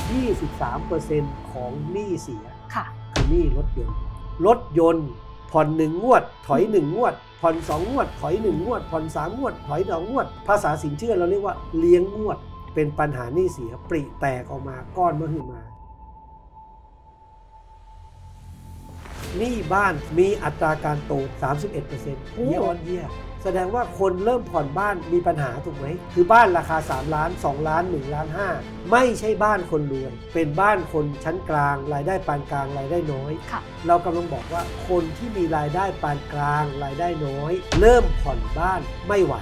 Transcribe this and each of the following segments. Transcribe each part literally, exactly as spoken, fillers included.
ยี่สิบสามเปอร์เซ็นต์ ของหนี้เสียค่ะคือหนี้รถยนต์รถยนต์ผ่อนหนึ่งงวดถอยหนึ่งงวดผ่อนสองงวดถอยหนึ่งงวดผ่อนสามงวดถอยสองงวดภาษาสินเชื่อเราเรียกว่าเลี้ยงงวดเป็นปัญหาหนี้เสียปริแตกออกมาก้อนมหึมาหนี้บ้านมีอัตราการโต สามสิบเอ็ดเปอร์เซ็นต์ year on year แสดงว่าคนเริ่มผ่อนบ้านมีปัญหาถูกไหมคือบ้านราคาสามล้านสองล้านหนึ่งล้านห้าไม่ใช่บ้านคนรวยเป็นบ้านคนชั้นกลางรายได้ปานกลางรายได้น้อยเรากำลังบอกว่าคนที่มีรายได้ปานกลางรายได้น้อยเริ่มผ่อนบ้านไม่ไหว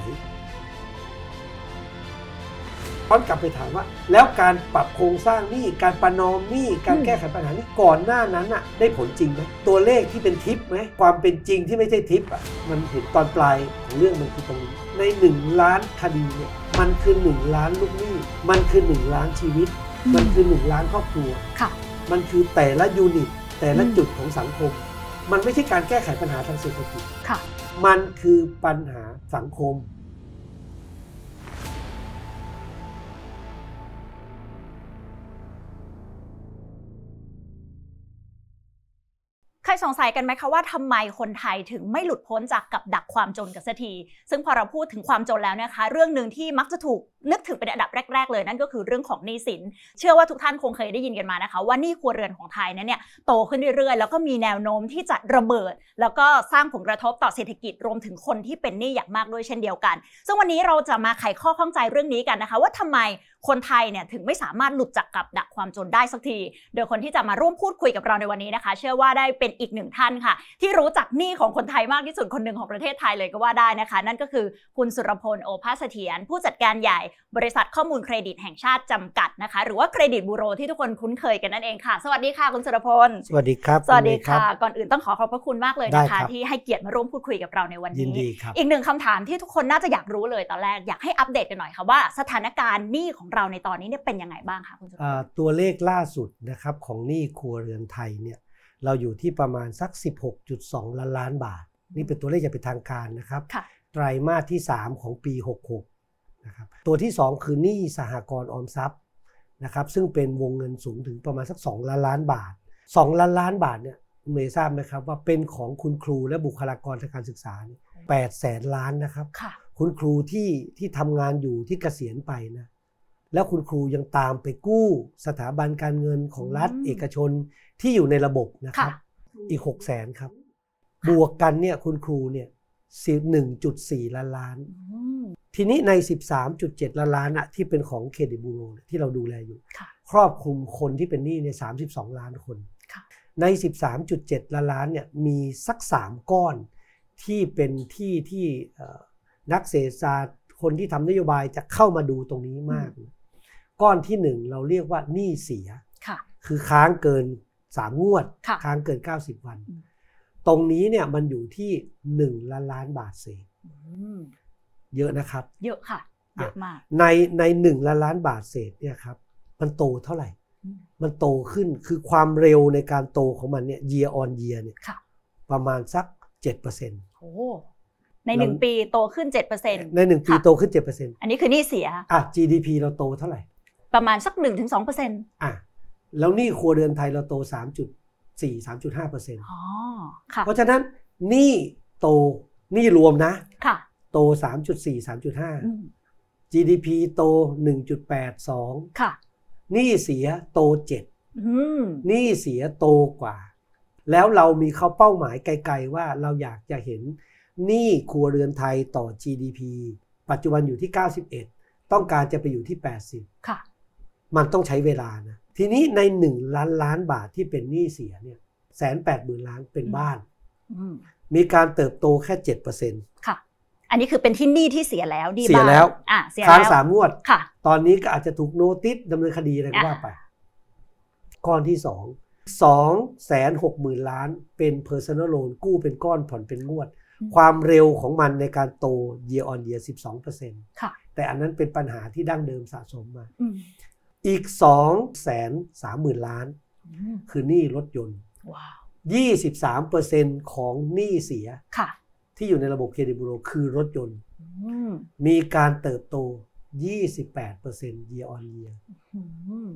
ย้อนกลับไปถามว่าแล้วการปรับโครงสร้างหนี้การประนอมหนี้การแก้ไขปัญหานี้ก่อนหน้านั้นน่ะได้ผลจริงไหมตัวเลขที่เป็นทิปไหมความเป็นจริงที่ไม่ใช่ทิปอ่ะมันเห็นตอนปลายของเรื่องมันคือตรงนี้ในหนึ่งล้านคดีเนี่ยมันคือหนึ่งล้านลูกหนี้มันคือหนึ่งล้านชีวิตมันคือหนึ่งล้านครอบครัวมันคือแต่ละยูนิตแต่ละจุดของสังคมมันไม่ใช่การแก้ไขปัญหาทางเศรษฐกิจมันคือปัญหาสังคมใครสงสัยกันไหมคะว่าทำไมคนไทยถึงไม่หลุดพ้นจากกับดักความจนกันสักทีซึ่งพอเราพูดถึงความจนแล้วนะคะเรื่องนึงที่มักจะถูกนึกถึงเป็นอันดับแรกๆเลยนั่นก็คือเรื่องของหนี้สินเชื่อว่าทุกท่านคงเคยได้ยินกันมานะคะว่าหนี้ครัวเรือนของไทยนั้นเนี่ยโตขึ้นเรื่อยๆแล้วก็มีแนวโน้มที่จะระเบิดแล้วก็สร้างผลกระทบต่อเศรษฐกิจรวมถึงคนที่เป็นหนี้อย่างมากด้วยเช่นเดียวกันซึ่งวันนี้เราจะมาไขข้อข้องใจเรื่องนี้กันนะคะว่าทำไมคนไทยเนี่ยถึงไม่สามารถหลุดจากกับดักความจนได้สักทีโดยคนที่จะมาร่วมพูดคุยกับเราในวันนี้นะคะเชื่อว่าได้เป็นอีกหนึ่งท่านค่ะที่รู้จักหนี้ของคนไทยมากที่สุดคนหนึ่งของประเทศไทยเลยก็ว่าได้นะคะนั่นก็คือคุณสุรพลโอภาสเสถียรผู้จัดการใหญ่บริษัทข้อมูลเครดิตแห่งชาติจำกัดนะคะหรือว่าเครดิตบูโรที่ทุกคนคุ้นเคยกันนั่นเองค่ะสวัสดีค่ะคุณสุรพลสวัสดีครับสวัสดีค่ะก่อนอื่นต้องขอขอบพระคุณมากเลยนะคะที่ให้เกียรติมาร่วมพูดคุยกับเราในวันนี้อีกหนึ่งคำถามที่ทุกคนน่าจะอยากรู้เลยตอนแรกอยากให้อัปเดตกันหน่อยค่ะว่าสถานการณ์หนี้ของเราในตอนนี้เนี่ยเป็นยังไงบ้างคะคุณสุรพลตัวเลขล่าสุดนะครับของหนี้ครัวเรือนไทยเนี่ยเราอยู่ที่ประมาณสัก สิบหกจุดสอง ล้านล้านบาทนี่เป็นตัวเลขอย่างเป็นทางการนะครับไตรมาสที่สามของปีหกสิบหกนะครับตัวที่สองคือหนี้สหกรณ์ออมทรัพย์นะครับซึ่งเป็นวงเงินสูงถึงประมาณสักสองล้านล้านบาทสองล้านล้านบาทเนี่ยเมย์ทราบไหมครับว่าเป็นของคุณครูและบุคลากรทางการศึกษาแปดแสนล้านนะครับคุณครูที่ที่ทำงานอยู่ที่เกษียณไปนะแล้วคุณครูยังตามไปกู้สถาบันการเงินของรัฐเอกชนที่อยู่ในระบบนะครับอีกหกแสนครับบวกกันเนี่ยคุณครูเนี่ย หนึ่งจุดสี่ ล้านล้านทีนี้ใน สิบสามจุดเจ็ด ล้านล้านอะที่เป็นของเครดิตบูโรที่เราดูแลอยู่ครอบคลุมคนที่เป็นหนี้ในสามสิบสองล้านคนใน สิบสามจุดเจ็ด ล้านล้านเนี่ยมีสักสามก้อนที่เป็นที่ที่นักเศรษฐศาสตร์คนที่ทำนโยบายจะเข้ามาดูตรงนี้มากก้อนที่หนึ่งเราเรียกว่าหนี้เสียคือค้างเกินสามงวดค้างเกินเก้าสิบวันตรงนี้เนี่ยมันอยู่ที่หนึ่งล้านล้านบาทเศษเยอะนะครับเยอะค่ะเยอะมากในในหนึ่งล้านล้านบาทเศษเนี่ยครับมันโตเท่าไหร่มันโตขึ้นคือความเร็วในการโตของมันเนี่ย year on year เนี่ยประมาณสัก เจ็ดเปอร์เซ็นต์โอ้ในหนึ่งปีโตขึ้น เจ็ดเปอร์เซ็นต์ในหนึ่งปีโตขึ้น เจ็ดเปอร์เซ็นต์อันนี้คือหนี้เสียอ่ะ จี ดี พี เราโตเท่าไหร่ประมาณสัก หนึ่งถึงสองเปอร์เซ็นต์อ่ะแล้วหนี้ครัวเรือนไทยเราโต สามจุดสี่ สามจุดห้าเปอร์เซ็นต์อ๋อค่ะเพราะฉะนั้นหนี้โตหนี้รวมนะค่ะโต สามจุดสี่ สามจุดห้า จี ดี พี โต หนึ่งจุดแปดสองค่ะหนี้เสียโตเจ็ดอืมหนี้เสียโตกว่าแล้วเรามีเข้าเป้าหมายไกลๆว่าเราอยากจะเห็นหนี้ครัวเรือนไทยต่อ จี ดี พี ปัจจุบันอยู่ที่เก้าสิบเอ็ดต้องการจะไปอยู่ที่แปดสิบค่ะมันต้องใช้เวลานะทีนี้ในหนึ่งล้านล้านบาทที่เป็นหนี้เสียเนี่ย หนึ่งแสนแปดหมื่น ล้านเป็นบ้านมีการเติบโตแค่ เจ็ดเปอร์เซ็นต์ค่ะอันนี้คือเป็นที่หนี้ที่เสียแล้วดีบ้านเสียแล้วอ่ะเสียแล้วค้างสามงวดค่ะตอนนี้ก็อาจจะถูกโนติสดำเนินคดีอะไรก็ว่าไปก้อนที่สอง สองแสนหกหมื่น ล้านเป็น personal loan กู้เป็นก้อนผ่อนเป็นงวดความเร็วของมันในการโต year on year สิบสองเปอร์เซ็นต์ ค่ะแต่อันนั้นเป็นปัญหาที่ดั้งเดิมสะสมมาอีก สองแสนสามหมื่น ล้านคือหนี้รถยนต์ว้าว ยี่สิบสามเปอร์เซ็นต์ ของหนี้เสียค่ะที่อยู่ในระบบเครดิตบูโรคือรถยนต์มีการเติบโต ยี่สิบแปดเปอร์เซ็นต์ year on year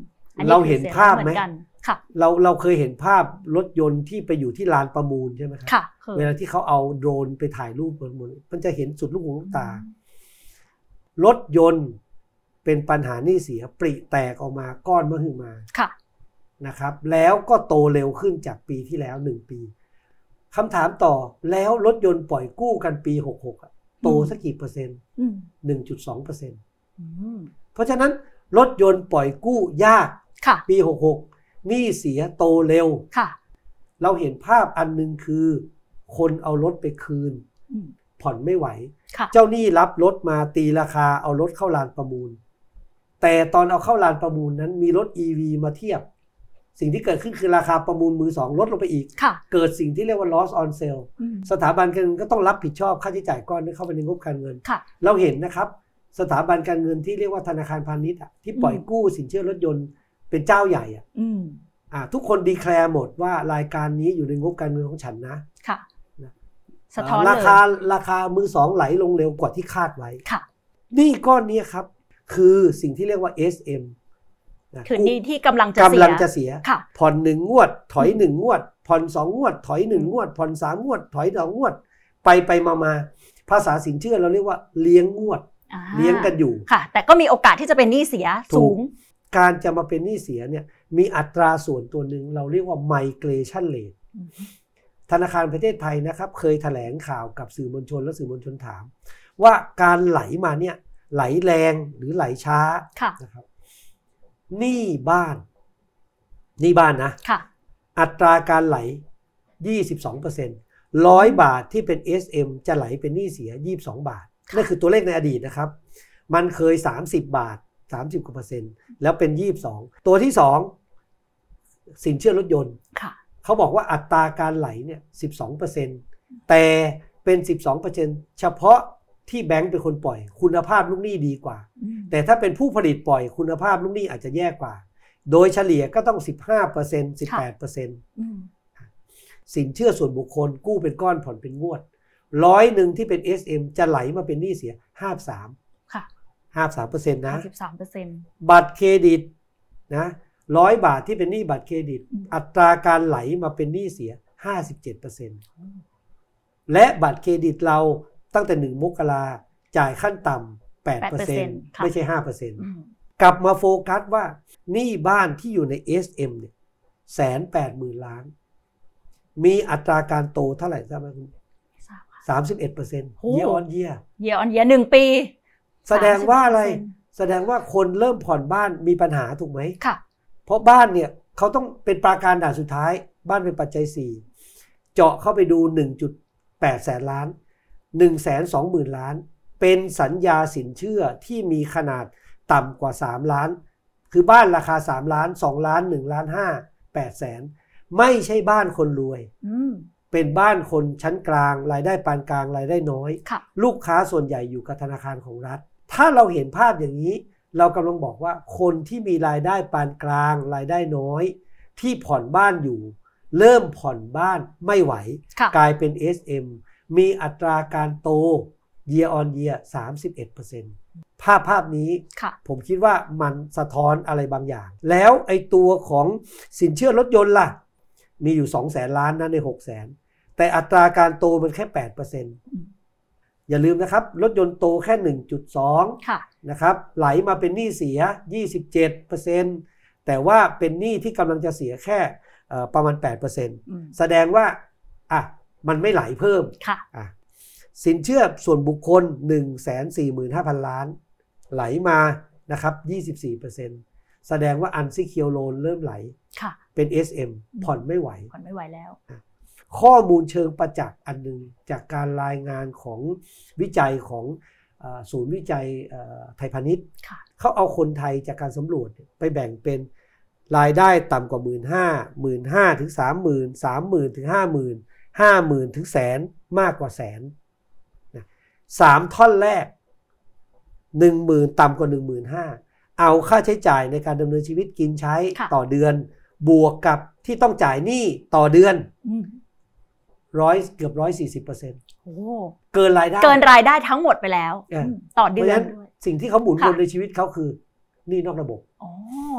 นี่เราเห็นภาพไหมค่ะเราเราเคยเห็นภาพรถยนต์ที่ไปอยู่ที่ลานประมูลใช่ไหมครับค่ะเวลาที่เขาเอาโดรนไปถ่ายรูปประมูลมันจะเห็นสุดลูกหูลูกตารถยนต์เป็นปัญหาหนี้เสียปริแตกออกมาก้อนมหึมาค่ะนะครับแล้วก็โตเร็วขึ้นจากปีที่แล้วหนึ่งปีคำถามต่อแล้วรถยนต์ปล่อยกู้กันปีหกสิบหกโตสักกี่เปอร์เซ็นต์ หนึ่งจุดสองเปอร์เซ็นต์ เพราะฉะนั้นรถยนต์ปล่อยกู้ยากปีหกสิบหกหนี้เสียโตเร็วเราเห็นภาพอันนึงคือคนเอารถไปคืนผ่อนไม่ไหวเจ้าหนี้รับรถมาตีราคาเอารถเข้าลานประมูลแต่ตอนเอาเข้าลานประมูลนั้นมีรถ อี วี มาเทียบสิ่งที่เกิดขึ้นคือราคาประมูลมือสองลดลงไปอีกเกิดสิ่งที่เรียกว่า loss on sale สถาบันการเงินก็ต้องรับผิดชอบค่าใช้จ่ายก้อนที่เข้าไปในงบการเงินเราเห็นนะครับสถาบันการเงินที่เรียกว่าธนาคารพาณิชย์ที่ปล่อยกู้สินเชื่อรถยนต์เป็นเจ้าใหญ่อ่ะอ่าทุกคนดีแคลร์หมดว่ารายการนี้อยู่ในงบการเงินของฉันนะค่ะสะท้อนเลยราคาราคามือสองไหลลงเร็วกว่าที่คาดไว้ค่ะนี่ก้อนนี้ครับคือสิ่งที่เรียกว่า เอส เอ็มคือนี่ที่กำลังจะเสียกำลังจะเสียผ่อนหนึ่งงวดถอยหนึ่งงวดผ่อนสองงวดถอยหนึ่งงวดผ่อนสามงวดถอยสองงวดไปไปมามาภาษาสินเชื่อเราเรียกว่าเลี้ยงงวดเลี้ยงกันอยู่ค่ะแต่ก็มีโอกาสที่จะเป็นหนี้เสียสูงการจะมาเป็นหนี้เสียเนี่ยมีอัตราส่วนตัวหนึ่งเราเรียกว่า migration rate ธนาคารประเทศไทยนะครับเคยแถลงข่าวกับสื่อมวลชนและสื่อมวลชนถามว่าการไหลมาเนี่ยไหลแรงหรือไหลช้านะครับหนี้บ้านหนี้บ้านนะอัตราการไหล ยี่สิบสองเปอร์เซ็นต์ ร้อยบาทที่เป็น เอส เอ็ม จะไหลเป็นหนี้เสียยี่สิบสองบาทนั่นคือตัวเลขในอดีตนะครับมันเคยสามสิบบาทสามสิบกว่าเปอร์เซ็นต์แล้วเป็นยี่สิบสองตัวที่สองสินเชื่อรถยนต์เขาบอกว่าอัตราการไหลเนี่ย สิบสองเปอร์เซ็นต์ แต่เป็น สิบสองเปอร์เซ็นต์ เฉพาะที่แบงก์เป็นคนปล่อยคุณภาพลูกหนี้ดีกว่าแต่ถ้าเป็นผู้ผลิตปล่อยคุณภาพลูกหนี้อาจจะแย่กว่าโดยเฉลี่ยก็ต้อง สิบห้าเปอร์เซ็นต์ สิบแปดเปอร์เซ็นต์ สินเชื่อส่วนบุคคลกู้เป็นก้อนผ่อนเป็นงวดร้อยหนึ่งที่เป็น เอส เอ็ม จะไหลมาเป็นหนี้เสียห้าสิบสามค่ะห้าสิบสามเปอร์เซ็นต์นะห้าสิบสามเปอร์เซ็นต์บัตรเครดิตนะร้อยบาทที่เป็นหนี้บัตรเครดิตอัตราการไหลมาเป็นหนี้เสีย ห้าสิบเจ็ดเปอร์เซ็นต์ และบัตรเครดิตเราตั้งแต่หนึ่งมกราจ่ายขั้นต่ำ แปดเปอร์เซ็นต์ ไม่ใช่ ห้าเปอร์เซ็นต์ กลับมาโฟกัสว่าหนี้บ้านที่อยู่ใน เอส เอ็ม เนี่ย หนึ่งแสนแปดหมื่น ล้านมีอัตราการโตเท่าไหร่ทราบไหมคุณสามสิบเอ็ดเปอร์เซ็นต์ year on year year on year หนึ่งปีแสดงว่าอะไรแสดงว่าคนเริ่มผ่อนบ้านมีปัญหาถูกไหมค่ะเพราะบ้านเนี่ยเขาต้องเป็นปราการด่านสุดท้ายบ้านเป็นปัจจัยสี่เจาะเข้าไปดู หนึ่งจุดแปด แสนล้าน หนึ่งแสนสองหมื่น ล้านเป็นสัญญาสินเชื่อที่มีขนาดต่ำกว่าสามล้านคือบ้านราคาสามล้านสองล้านหนึ่งล้านห้า แปดแสนไม่ใช่บ้านคนรวยเป็นบ้านคนชั้นกลางรายได้ปานกลางรายได้น้อยลูกค้าส่วนใหญ่อยู่กับธนาคารของรัฐถ้าเราเห็นภาพอย่างนี้เรากำลังบอกว่าคนที่มีรายได้ปานกลางรายได้น้อยที่ผ่อนบ้านอยู่เริ่มผ่อนบ้านไม่ไหวกลายเป็น เอส เอ็ม มีอัตราการโต year on year สามสิบเอ็ดเปอร์เซ็นต์ ภาพภาพนี้ผมคิดว่ามันสะท้อนอะไรบางอย่างแล้วไอ้ตัวของสินเชื่อรถยนต์ล่ะมีอยู่ สองแสน ล้านนะใน หกแสน แต่อัตราการโตมันแค่ แปดเปอร์เซ็นต์ อย่าลืมนะครับรถยนต์โตแค่ หนึ่งจุดสอง นะครับไหลมาเป็นหนี้เสีย ยี่สิบเจ็ดเปอร์เซ็นต์ แต่ว่าเป็นหนี้ที่กำลังจะเสียแค่ประมาณ แปดเปอร์เซ็นต์ แสดงว่าอ่ะมันไม่ไหลเพิ่มอ่ะสินเชื่อส่วนบุคคล หนึ่งแสนสี่หมื่นห้าพัน ล้านไหลมานะครับ ยี่สิบสี่เปอร์เซ็นต์ แสดงว่า unsecured loan เริ่มไหลเป็น เอส เอ็ม ผ่อนไม่ไหวผ่อนไม่ไหวแล้วข้อมูลเชิงประจักษ์อันนึงจากการรายงานของวิจัยของศูนย์วิจัยไทยพาณิชย์เขาเอาคนไทยจากการสำรวจไปแบ่งเป็นรายได้ต่ำกว่า หนึ่งหมื่นห้าพัน หนึ่งหมื่นห้าพัน ถึง สามหมื่น สามหมื่น ถึง ห้าหมื่น ห้าหมื่น ถึงแสนมากกว่าแสนสามท่อนแรก หนึ่งหมื่น ต่ำกว่า หนึ่งหมื่นห้าพัน เอาค่าใช้จ่ายในการดำเนินชีวิตกินใช้ต่อเดือนบวกกับที่ต้องจ่ายหนี้ต่อเดือนร้อยเกือบ หนึ่งร้อยสี่สิบเปอร์เซ็นต์ โอ้เกินรายได้เกินรายได้ทั้งหมดไปแล้วต่อเดือนสิ่งที่เขาหมุนวนในชีวิตเขาคือหนี้นอกระบบอ๋อ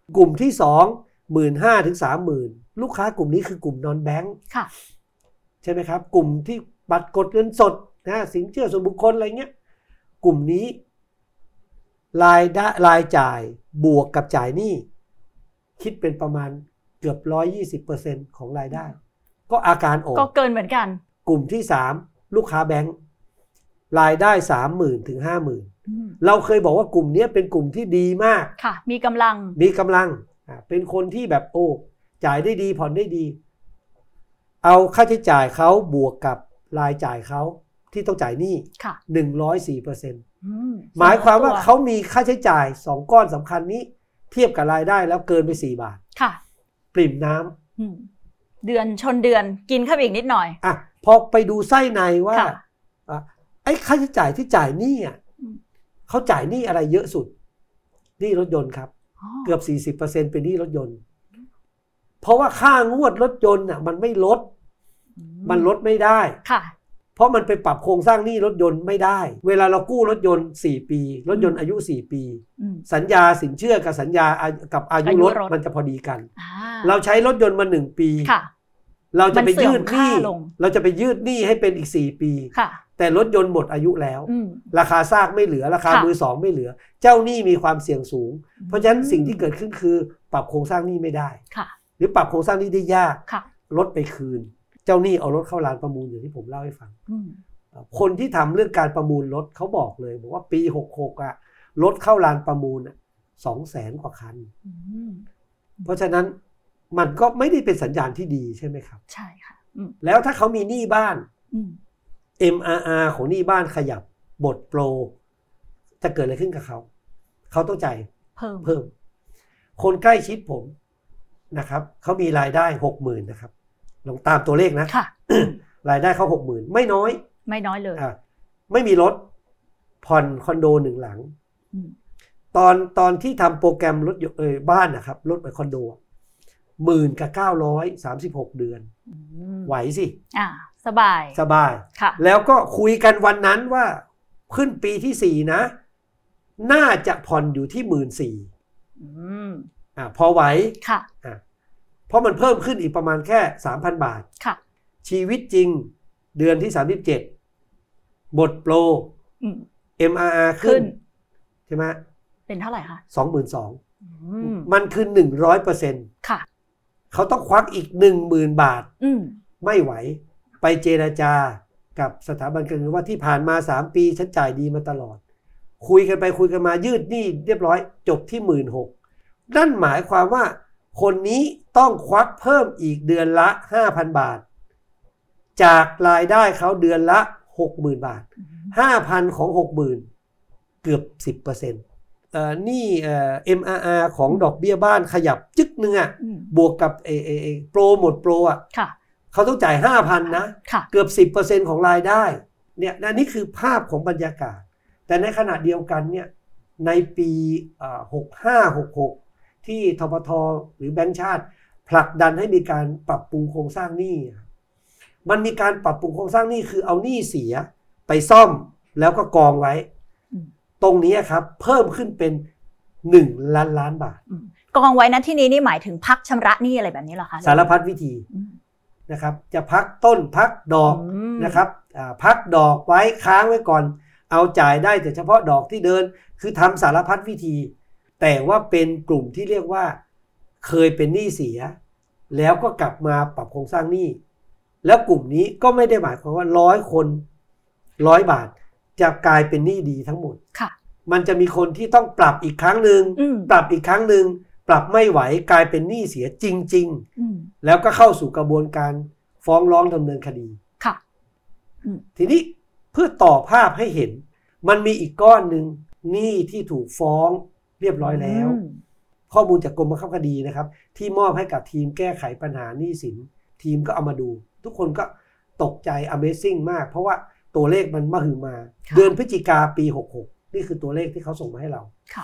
กลุ่มที่สอง หนึ่งหมื่นห้าพัน ถึง สามหมื่น ลูกค้ากลุ่มนี้คือกลุ่มนอนแบงค์ใช่ไหมครับกลุ่มที่บัตรกดเงินสดนะสินเชื่อส่วนบุคคลอะไรเงี้ยกลุ่มนี้รายได้รายจ่ายบวกกับจ่ายหนี้คิดเป็นประมาณเกือบ หนึ่งร้อยยี่สิบเปอร์เซ็นต์ ของรายได้ก็อาการโอก็เกินเหมือนกันกลุ่มที่สามลูกค้าแบงค์รายได้ สามหมื่น ถึง ห้าหมื่น เราเคยบอกว่ากลุ่มนี้เป็นกลุ่มที่ดีมากค่ะมีกำลังมีกำลังเป็นคนที่แบบโอ้จ่ายได้ดีผ่อนได้ดีเอาค่าใช้จ่ายเขาบวกกับรายจ่ายเขาที่ต้องจ่ายหนี้ หนึ่งร้อยสี่เปอร์เซ็นต์ หมายความว่าเขามีค่าใช้จ่ายสองก้อนสำคัญนี้เทียบกับรายได้แล้วเกินไปสี่บาทค่ะปริ่มน้ำเดือนชนเดือนกินเข้าไปอีกนิดหน่อยอ่ะพอไปดูไส้ในว่าไอ้ค่าใช้จ่ายที่จ่ายหนี้อ่ะเขาจ่ายหนี้อะไรเยอะสุดหนี้รถยนต์ครับเกือบ สี่สิบเปอร์เซ็นต์ เป็นหนี้รถยนต์เพราะว่าค่างวดรถยนต์น่ะมันไม่ลดมันลดไม่ได้ค่ะเพราะมันไปปรับโครงสร้างหนี้รถยนต์ไม่ได้เวลาเรากู้รถยนต์สี่ปีรถยนต์อายุสี่ปีสัญญาสินเชื่อกับสัญญากับอายุรถมันจะพอดีกันเราใช้รถยนต์มาหนึ่งปีเราจะไปยืดหนี้เราจะไปยืดหนี้ให้เป็นอีกสี่ปีแต่รถยนต์หมดอายุแล้วราคาซากไม่เหลือราคามือสองไม่เหลือเจ้าหนี้มีความเสี่ยงสูงเพราะฉะนั้นสิ่งที่เกิดขึ้นคือปรับโครงสร้างหนี้ไม่ได้หรือปรับโครงสร้างหนี้ได้ยากรถไปคืนเจ้าหนี้เอารถเข้าร้านประมูลอย่างที่ผมเล่าให้ฟังคนที่ทำเรื่องการประมูลรถเขาบอกเลยบอกว่าปีหกสิบหกอ่ะรถเข้าร้านประมูลอ่ะสองแสนกว่าคันเพราะฉะนั้นมันก็ไม่ได้เป็นสัญญาณที่ดีใช่ไหมครับใช่ค่ะแล้วถ้าเขามีหนี้บ้าน เอ็ม อาร์ อาร์ ของหนี้บ้านขยับบทโปรจะเกิดอะไรขึ้นกับเขาเขาต้องจ่ายเพิ่มเพิ่มคนใกล้ชิดผมนะครับเขามีรายได้ หกหมื่น นะครับลองตามตัวเลขนะรายได้เขา หกหมื่น ไม่น้อยไม่น้อยเลยอ่ะไม่มีรถผ่อนคอนโดหนึ่งหลังตอนตอนที่ทำโปรแกรมรถเอ่ยบ้านนะครับรถไปคอนโดหมื่นกับเก้าร้อยสามสิบหกเดือนไหวสิอ่าสบายสบายค่ะแล้วก็คุยกันวันนั้นว่าขึ้นปีที่สี่นะน่าจะผ่อนอยู่ที่หมื่นสี่อ่าพอไหวค่ะอ่าเพราะมันเพิ่มขึ้นอีกประมาณแค่ สามพัน บาทค่ะชีวิตจริงเดือนที่สามสิบเจ็ดหมดโปร เอ็ม อาร์ อาร์ ขึ้นใช่ไหมเป็นเท่าไหร่คะสองหมื่นสองพัน มันคือ หนึ่งร้อยเปอร์เซ็นต์ค่ะเขาต้องควักอีก หนึ่งหมื่น บาทไม่ไหวไปเจรจากับสถาบันการเงินว่าที่ผ่านมาสามปีฉันจ่ายดีมาตลอดคุยกันไปคุยกันมายืดหนี้เรียบร้อยจบที่ หนึ่งหมื่นหกพัน นั่นหมายความว่าคนนี้ต้องควักเพิ่มอีกเดือนละ ห้าพัน บาทจากรายได้เขาเดือนละ หกหมื่น บาท ห้าพัน ของ หกหมื่น เกือบ สิบเปอร์เซ็นต์ เอ่อนี่เอ่อ เอ็ม อาร์ อาร์ ของดอกเบี้ยบ้านขยับจึ๊กนึงอ่ะบวกกับเอเอเอโปรหมดโปรอ่ะเขาต้องจ่าย ห้าพัน นะเกือบ สิบเปอร์เซ็นต์ ของรายได้เนี่ยนี่คือภาพของบรรยากาศแต่ในขณะเดียวกันเนี่ยในปีอ่าหกห้า หกหกที่ธปท.หรือแบงก์ชาติผลักดันให้มีการปรับปรุงโครงสร้างหนี้มันมีการปรับปรุงโครงสร้างหนี้คือเอาหนี้เสียไปซ่อมแล้วก็กองไว้ตรงนี้ครับเพิ่มขึ้นเป็นหนึ่งล้านล้านบาทกองไว้นะที่นี้นี่หมายถึงพักชำระหนี้อะไรแบบนี้เหรอคะสารพัดวิธีนะครับจะพักต้นพักดอกนะครับพักดอกไว้ค้างไว้ก่อนเอาจ่ายได้แต่เฉพาะดอกที่เดินคือทำสารพัดวิธีแต่ว่าเป็นกลุ่มที่เรียกว่าเคยเป็นหนี้เสียแล้วก็กลับมาปรับโครงสร้างหนี้แล้วกลุ่มนี้ก็ไม่ได้หมายความว่าร้อยคนร้อยบาทจะกลายเป็นหนี้ดีทั้งหมดค่ะมันจะมีคนที่ต้องปรับอีกครั้งหนึ่งปรับอีกครั้งหนึ่งปรับไม่ไหวกลายเป็นหนี้เสียจริงๆแล้วก็เข้าสู่กระบวนการฟ้องร้องดำเนินคดีค่ะทีนี้เพื่อต่อภาพให้เห็นมันมีอีกก้อนหนึ่งหนี้ที่ถูกฟ้องเรียบร้อยแล้วข้อมูลจากกรมบังคับคดีนะครับที่มอบให้กับทีมแก้ไขปัญหาหนี้สินทีมก็เอามาดูทุกคนก็ตกใจ Amazing มากเพราะว่าตัวเลขมันมหึมาเดือนพฤศจิกาปีหกหกนี่คือตัวเลขที่เขาส่งมาให้เรา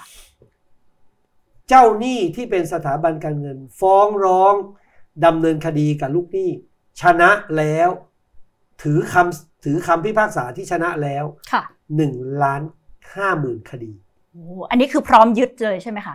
เจ้าหนี้ที่เป็นสถาบันการเงินฟ้องร้องดำเนินคดีกับลูกหนี้ชนะแล้วถือคำถือคำพิพากษาที่ชนะแล้วหนึ่งล้านห้าหมื่นคดีโอ้อันนี้คือพร้อมยึดเลยใช่ไหมคะ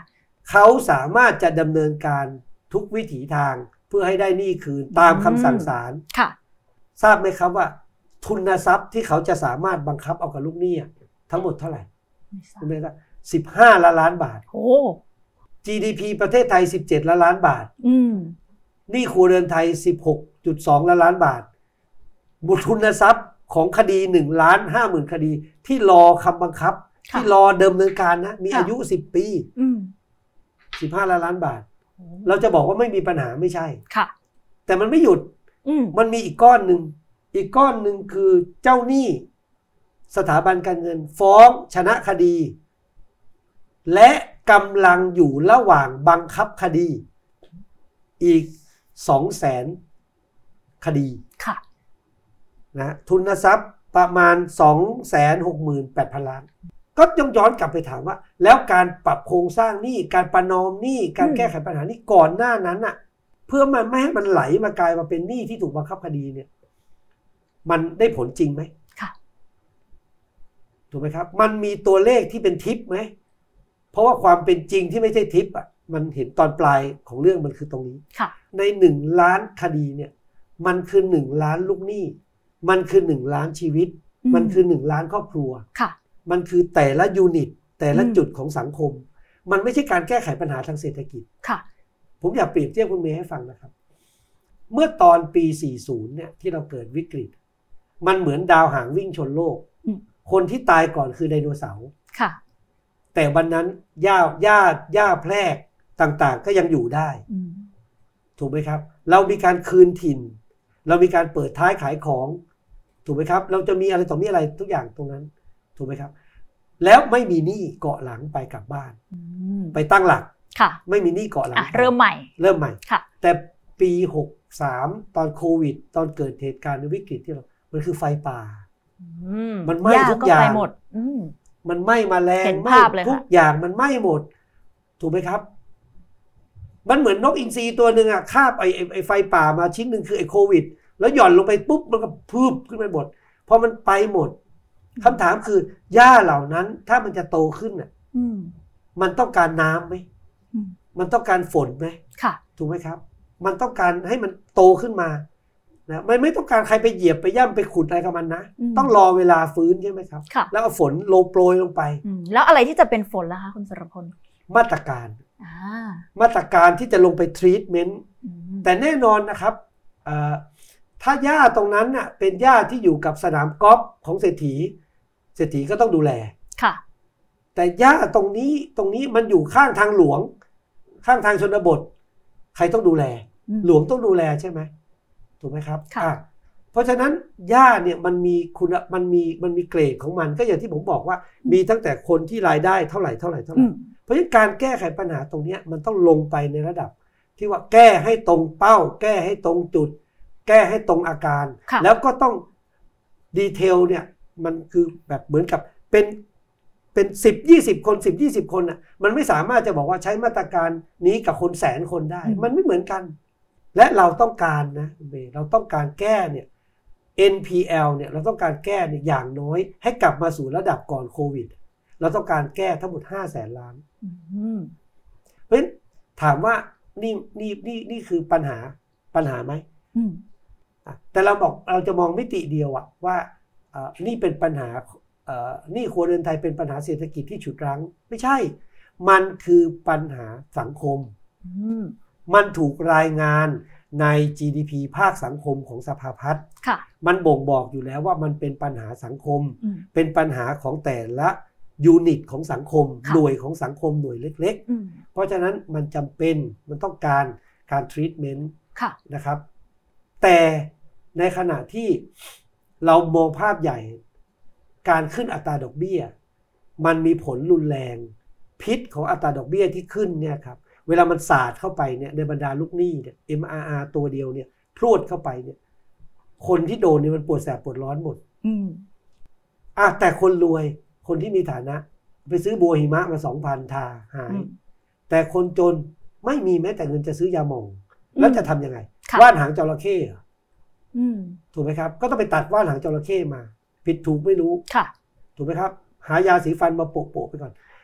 เขาสามารถจะดำเนินการทุกวิถีทางเพื่อให้ได้หนี้คืนตามคำสั่งศาลทราบไหมครับว่าทุนทรัพย์ที่เขาจะสามารถบังคับเอากับลูกหนี้ทั้งหมดเท่าไหร่คุณเมย์สิบห้าล้านล้านบาทโอ้ จี ดี พี ประเทศไทยสิบเจ็ดล้านล้านบาทหนี้ครัวเรือนไทย สิบหกจุดสอง ล้านล้านบาทบุตรทุนทรัพย์ของคดีหนึ่งล้านห้าหมื่นคดีที่รอคำบังคับที่รอเดิมเนินการนะมีอายุสิบปีสิบห้าล้านล้านบาทเราจะบอกว่าไม่มีปัญหาไม่ใช่แต่มันไม่หยุดมันมีอีกก้อนหนึ่งอีกก้อนหนึ่งคือเจ้าหนี้สถาบันการเงินฟ้องชนะคดีและกำลังอยู่ระหว่างบังคับคดีอีก สองแสน คดีนะทุนทรัพย์ประมาณ สองแสนหกหมื่นแปดพัน ล้านก็ต้องย้อนกลับไปถามว่าแล้วการปรับโครงสร้างหนี้การประนอมหนี้การแก้ไขปัญหานี้ก่อนหน้านั้นน่ะเพื่อมันไม่ให้มันไหลมากลายมาเป็นหนี้ที่ถูกบังคับคดีเนี่ยมันได้ผลจริงไหมค่ะถูกไหมครับมันมีตัวเลขที่เป็นทิปไหมเพราะว่าความเป็นจริงที่ไม่ใช่ทิปอ่ะมันเห็นตอนปลายของเรื่องมันคือตรงนี้ในหนึ่งล้านคดีเนี่ยมันคือหนึ่งล้านลูกหนี้มันคือหนึ่งล้านชีวิตมันคือหนึ่งล้านครอบครัวมันคือแต่ละยูนิตแต่ละจุดของสังคมมันไม่ใช่การแก้ไขปัญหาทางเศรษฐกิจผมอยากเปรียบเทียบคุณเมย์ให้ฟังนะครับเมื่อตอนปีสี่สิบเนี่ยที่เราเกิดวิกฤตมันเหมือนดาวหางวิ่งชนโลกคนที่ตายก่อนคือไดโนเสาร์แต่วันนั้นหญ้าหญ้าหญ้าแพรกต่างๆก็ยังอยู่ได้ถูกไหมครับเรามีการคืนถิ่นเรามีการเปิดท้ายขายของถูกไหมครับเราจะมีอะไรต่อมีอะไรทุกอย่างตรงนั้นถูกไหมครับแล้วไม่มีหนี้เกาะหลังไปกลับบ้านไปตั้งหลักไม่มีหนี้เกาะหลังเริ่มใหม่เริ่มใหม่แต่ปีหกสามตอนโควิดตอนเกิดเหตุการณ์วิกฤตที่เรามันคือไฟป่ามันไหม้ทุกอย่างมันไหม้แมลงไหม้ทุกอย่างมันไหม้หมดถูกไหมครับมันเหมือนนกอินทรีตัวหนึ่งอะคาบไอ้ไอ้ไฟป่ามาชิ้นหนึ่งคือไอ้โควิดแล้วหย่อนลงไปปุ๊บมันก็พึบขึ้นไปหมดพอมันไปหมดคำถามคือหญ้าเหล่านั้นถ้ามันจะโตขึ้นอะมันต้องการน้ำไหมมันต้องการฝนไหมถูกไหมครับมันต้องการให้มันโตขึ้นมานะไม่ไม่ต้องการใครไปเหยียบไปย่ำไปขุดอะไรกับมันนะต้องรอเวลาฟื้นใช่ไหมครับแล้วเอาฝนโรยโปรยลงไปแล้วอะไรที่จะเป็นฝนล่ะคะคุณสรพลมาตรการมาตรการที่จะลงไปทรีทเมนต์แต่แน่นอนนะครับถ้าหญ้าตรงนั้นน่ะเป็นหญ้าที่อยู่กับสนามกอล์ฟของเศรษฐีเศรษฐีก็ต้องดูแลค่ะแต่หญ้าตรงนี้ตรงนี้มันอยู่ข้างทางหลวงข้างทางชนบทใครต้องดูแลหลวงต้องดูแลใช่ไหมถูกไหมครับค่ะเพราะฉะนั้นหญ้าเนี่ยมันมีคุณมันมีมันมีเกรดของมันก็อย่างที่ผมบอกว่ามีตั้งแต่คนที่รายได้เท่าไหร่เท่าไหร่เท่าไหร่เพราะฉะนั้นการแก้ไขปัญหาตรงนี้มันต้องลงไปในระดับที่ว่าแก้ให้ตรงเป้าแก้ให้ตรงจุดแก้ให้ตรงอาการแล้วก็ต้องดีเทลเนี่ยมันคือแบบเหมือนกับเป็นเป็นสิบยี่สิบคนสิบยี่สิบคนอ่ะมันไม่สามารถจะบอกว่าใช้มาตรการนี้กับคนแสนคนได้มันไม่เหมือนกันและเราต้องการนะเราต้องการแก้เนี่ย เอ็น พี แอล เนี่ยเราต้องการแก้เนี่ยอย่างน้อยให้กลับมาสู่ระดับก่อนโควิดเราต้องการแก้ทั้งหมดห้าแสนล้านเพราะฉะนั้นถามว่านี่นี่นี่นี่คือปัญหาปัญหาไหมแต่เราบอกเราจะมองมิติเดียวอะว่านี่เป็นปัญหานี่ครัวเรือนไทยเป็นปัญหาเศรษฐกิจที่ฉุดรั้งไม่ใช่มันคือปัญหาสังคมมันถูกรายงานใน จี ดี พี ภาคสังคมของสภาพัฒน์มันบ่งบอกอยู่แล้วว่ามันเป็นปัญหาสังคมเป็นปัญหาของแต่ละยูนิตของสังคมหน่วยของสังคมหน่วยเล็กๆเพราะฉะนั้นมันจำเป็นมันต้องการการทรีทเมนต์นะครับแต่ในขณะที่เรามองภาพใหญ่การขึ้นอัตราดอกเบี้ยมันมีผลรุนแรงพิษของอัตราดอกเบี้ยที่ขึ้นเนี่ยครับเวลามันสาดเข้าไปเนี่ยในบรรดาลูกหนี้เนี่ย เอ็ม อาร์ อาร์ ตัวเดียวเนี่ยพรวดเข้าไปเนี่ยคนที่โดนเนี่ยมันปวดแสบปวดร้อนหมดอืมอ่ะแต่คนรวยคนที่มีฐานะไปซื้อบัวหิมะมา สองพัน ทาหายแต่คนจนไม่มีแม้แต่เงินจะซื้อยาหม่องแล้วจะทำยังไงว่านหางจระเข้เหรอถูกไหมครับก็ต้องไปตัดว่านหางจระเข้มาผิดถูกไม่รู้ถูกไหมครับหายาสีฟันมาโปะๆไปก่อน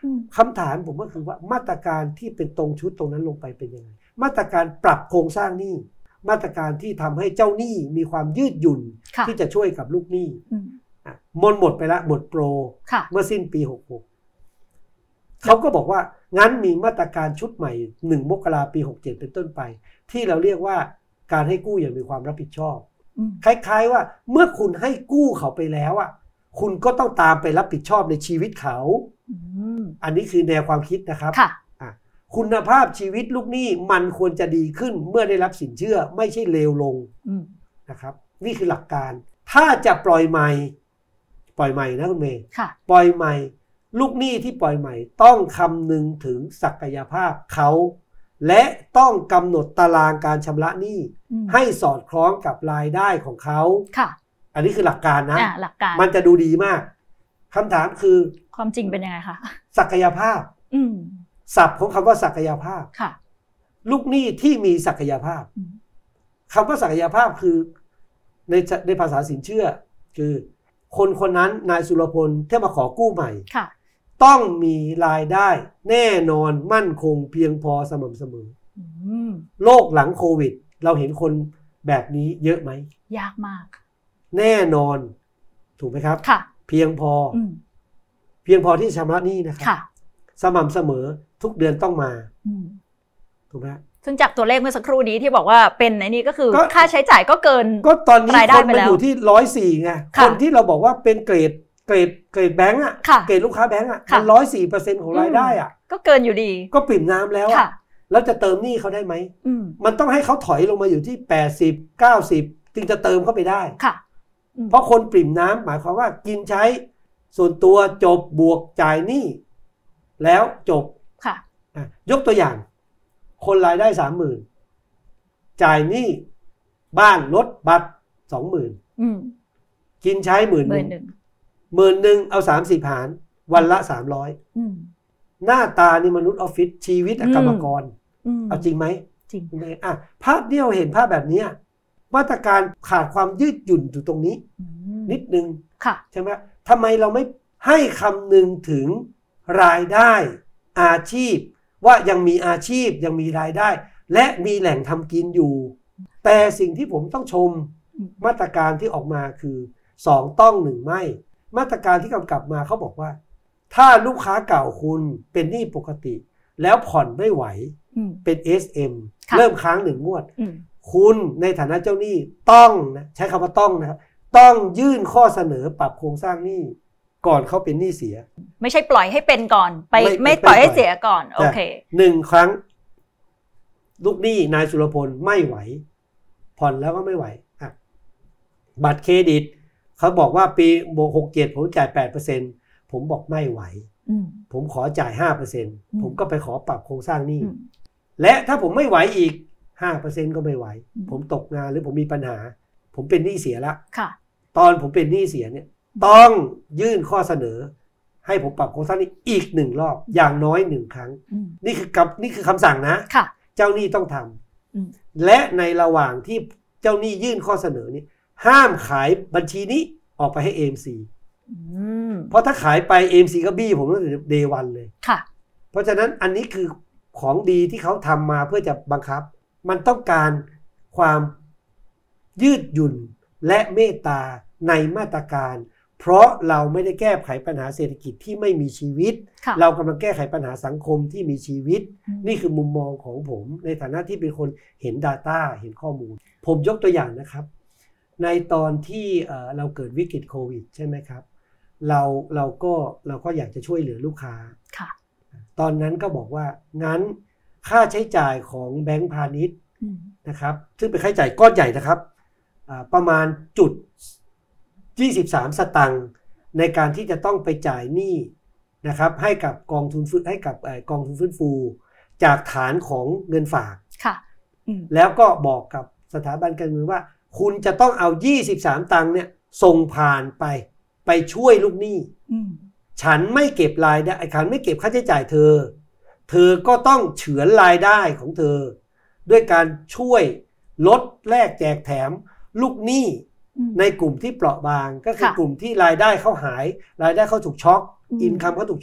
คำถามผมก็คือว่ามาตรการที่เป็นตรงชุดตรงนั้นลงไปเป็นยังไงมาตรการปรับโครงสร้างหนี้มาตรการที่ทำให้เจ้าหนี้มีความยืดหยุ่นที่จะช่วยกับลูกหนี้มันหมดไปละหมดโปรเมื่อสิ้นปีหกหกเขาก็บอกว่างั้นมีมาตรการชุดใหม่หนึ่งมกราปีหกเจ็ดเป็นต้นไปที่เราเรียกว่าการให้กู้อย่างมีความรับผิดชอบคล้ายๆว่าเมื่อคุณให้กู้เขาไปแล้วอ่ะคุณก็ต้องตามไปรับผิดชอบในชีวิตเขาอันนี้คือแนวความคิดนะครับคุณภาพชีวิตลูกหนี้มันควรจะดีขึ้นเมื่อได้รับสินเชื่อไม่ใช่เลวลงนะครับนี่คือหลักการถ้าจะปล่อยใหม่ปล่อยใหม่นะคุณเมย์ปล่อยใหม่ลูกหนี้ที่ปล่อยใหม่ต้องคำนึงถึงศักยภาพเขาและต้องกำหนดตารางการชำระหนี้ให้สอดคล้องกับรายได้ของเขาอันนี้คือหลักการนะหลักการมันจะดูดีมากคำถามคือความจริงเป็นยังไงคะศักยภาพศัพท์ของคำว่าศักยภาพลูกหนี้ที่มีศักยภาพคำว่าศักยภาพคือในในภาษาสินเชื่อคือคนคนนั้นนายสุรพลที่มาขอกู้ใหม่ต้องมีรายได้แน่นอนมั่นคงเพียงพอสม่ำเสมอโลกหลังโควิดเราเห็นคนแบบนี้เยอะไหมยากมากแน่นอนถูกไหมครับค่ะเพียงพอเพียงพอที่ชำระหนี้นะครับสม่ำเสมอทุกเดือนต้องมาถูกไหมซึ่งจากตัวเลขเมื่อสักครู่นี้ที่บอกว่าเป็นไอ้นี่ก็คือค่าใช้จ่ายก็เกินก็ตอนนี้คนมันอยู่ที่ร้อยสี่ไงคนที่เราบอกว่าเป็นเกรดเกรดเกรดแบงก์อ่ะเกรดลูกค้าแบงก์อ่ะมันร้อยสี่เปอร์เซ็นต์ของรายได้อ่ะก็เกินอยู่ดีก็ปริ่มน้ำแล้วอ่ะแล้วจะเติมหนี้เขาได้ไหมมันต้องให้เขาถอยลงมาอยู่ที่แปดสิบเก้าสิบจึงจะเติมเข้าไปได้ค่ะเพราะคนปริ่มน้ำหมายความว่ากินใช้ส่วนตัวจบบวกจ่ายหนี้แล้วจบค่ะยกตัวอย่างคนรายได้สามหมื่นจ่ายหนี้บ้านรถบัตรสองหมื่นกินใช้หมื่นหนึ่งหมื่นหนึ่งเอาสามสิบหารวันละสามร้อยหน้าตานี่มนุษย์ออฟฟิศชีวิตกรรมกรเอาจริงไหมจริงอ่ะภาพที่เราเห็นภาพแบบนี้มาตรการขาดความยืดหยุ่นอยู่ตรงนี้นิดนึงใช่ไหมทำไมเราไม่ให้คำนึงถึงรายได้อาชีพว่ายังมีอาชีพยังมีรายได้และมีแหล่งทำกินอยู่แต่สิ่งที่ผมต้องชมมาตรการที่ออกมาคือสองต้องหนึ่งไม่มาตรการที่กำกับมาเขาบอกว่าถ้าลูกค้าเก่าคุณเป็นหนี้ปกติแล้วผ่อนไม่ไหวเป็น เอส เอ็ม เริ่มค้างหนึ่งงวดคุณในฐานะเจ้าหนี้ต้องนะใช้คำว่าต้องนะครับต้องยื่นข้อเสนอปรับโครงสร้างหนี้ก่อนเขาเป็นหนี้เสียไม่ใช่ปล่อยให้เป็นก่อนไปไม่, ไม่ปล่อยให้เสียก่อนโอเคหนึ่งครั้งลูกหนี้นายสุรพลไม่ไหวผ่อนแล้วก็ไม่ไหวอ่ะบัตรเครดิตเขาบอกว่าปีบวกหกเจ็ดผมจ่ายแปดเปอร์เซ็นต์ผมบอกไม่ไหวผมขอจ่ายห้าเปอร์เซ็นต์ผมก็ไปขอปรับโครงสร้างหนี้และถ้าผมไม่ไหวอีกห้าเปอร์เซ็นต์ก็ไม่ไหวผมตกงานหรือผมมีปัญหาผมเป็นหนี้เสียละตอนผมเป็นหนี้เสียเนี่ยต้องยื่นข้อเสนอให้ผมปรับโครงสร้างนี้อีกหนึ่งรอบอย่างน้อยหนึ่งครั้งนี่คือกับนี่คือคำสั่งนะเจ้าหนี้ต้องทำและในระหว่างที่เจ้าหนี้ยื่นข้อเสนอนี้ห้ามขายบัญชีนี้ออกไปให้ เอ็ม ซี เพราะถ้าขายไป เอ็ม ซี ก็บี้ผมตั้งแต่ เดย์ วันเลยเพราะฉะนั้นอันนี้คือของดีที่เขาทำมาเพื่อจะบังคับมันต้องการความยืดหยุ่นและเมตตาในมาตรการเพราะเราไม่ได้แก้ไขปัญหาเศรษฐกิจที่ไม่มีชีวิตเรากำลังแก้ไขปัญหาสังคมที่มีชีวิตนี่คือมุมมองของผมในฐานะที่เป็นคนเห็น Data เห็นข้อมูลผมยกตัวอย่างนะครับในตอนที่เราเกิดวิกฤตโควิดใช่ไหมครับเราเราก็เราก็อยากจะช่วยเหลือลูกค้าตอนนั้นก็บอกว่างั้นค่าใช้จ่ายของแบงก์พาณิชย์นะครับซึ่งเป็นค่าใช้จ่ายก้อนใหญ่นะครับประมาณจุดยี่สิบสามสตางค์ในการที่จะต้องไปจ่ายหนี้นะครับให้กับกองทุนฟื้นให้กับกองทุนฟื้นฟูจากฐานของเงินฝากแล้วก็บอกกับสถาบันการเงินว่าคุณจะต้องเอายี่สิบสามตังค์เนี่ยส่งผ่านไปไปช่วยลูกหนี้ฉันไม่เก็บรายได้ฉันไม่เก็บค่าใช้จ่ายเธอเธอก็ต้องเฉือนรายได้ของเธอด้วยการช่วยลดแลกแจกแถมลูกหนี้ในกลุ่มที่เปราะบางก็คือกลุ่มที่รายได้เขาหายรายได้เขาถูกช็อคอินคัมเขาถูกช็อค